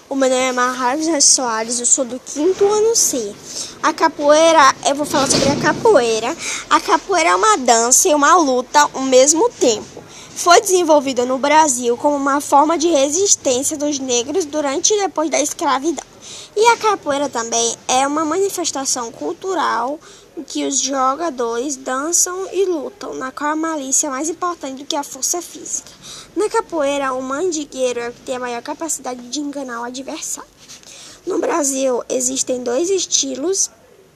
O meu nome é Marcos Soares, eu sou do 5º ano C. A capoeira, eu vou falar sobre a capoeira. A capoeira é uma dança e uma luta ao mesmo tempo. Foi desenvolvida no Brasil como uma forma de resistência dos negros durante e depois da escravidão. E a capoeira também é uma manifestação cultural em que os jogadores dançam e lutam, na qual a malícia é mais importante do que a força física. Na capoeira, o mandingueiro é o que tem a maior capacidade de enganar o adversário. No Brasil, existem dois estilos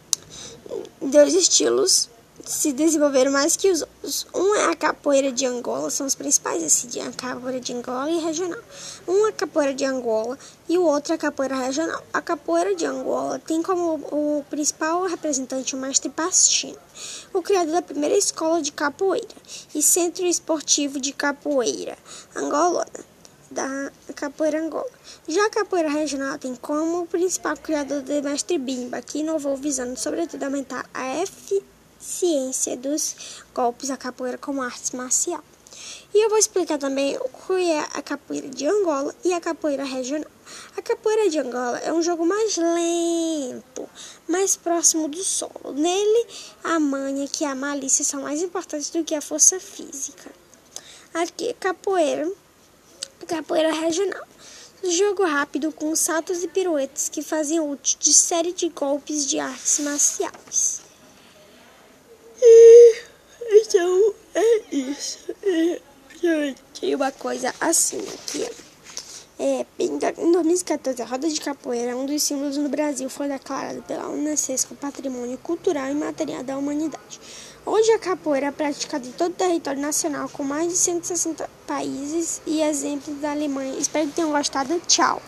se desenvolveram mais que os outros. Um é a capoeira de Angola, são os principais, a capoeira de Angola e regional. Um é a capoeira de Angola e o outro é a capoeira regional. A capoeira de Angola tem como o principal representante o mestre Pastino, o criador da primeira escola de capoeira e centro esportivo de capoeira angolana, da capoeira Angola. Já a capoeira regional tem como principal criador o mestre Bimba, que inovou visando sobretudo aumentar a eficiência dos golpes da capoeira como arte marcial. E eu vou explicar também o que é a capoeira de Angola e a capoeira regional. A capoeira de Angola é um jogo mais lento, mais próximo do solo. Nele, a manha e a malícia são mais importantes do que a força física. Aqui, capoeira regional. Jogo rápido com saltos e piruetas que fazem uso de série de golpes de artes marciais. Então, é isso. Tem uma coisa assim aqui. Em 2014, a roda de capoeira, um dos símbolos no Brasil, foi declarada pela Unesco Patrimônio Cultural e Material da Humanidade. Hoje a capoeira é praticada em todo o território nacional, com mais de 160 países e exemplos da Alemanha. Espero que tenham gostado. Tchau!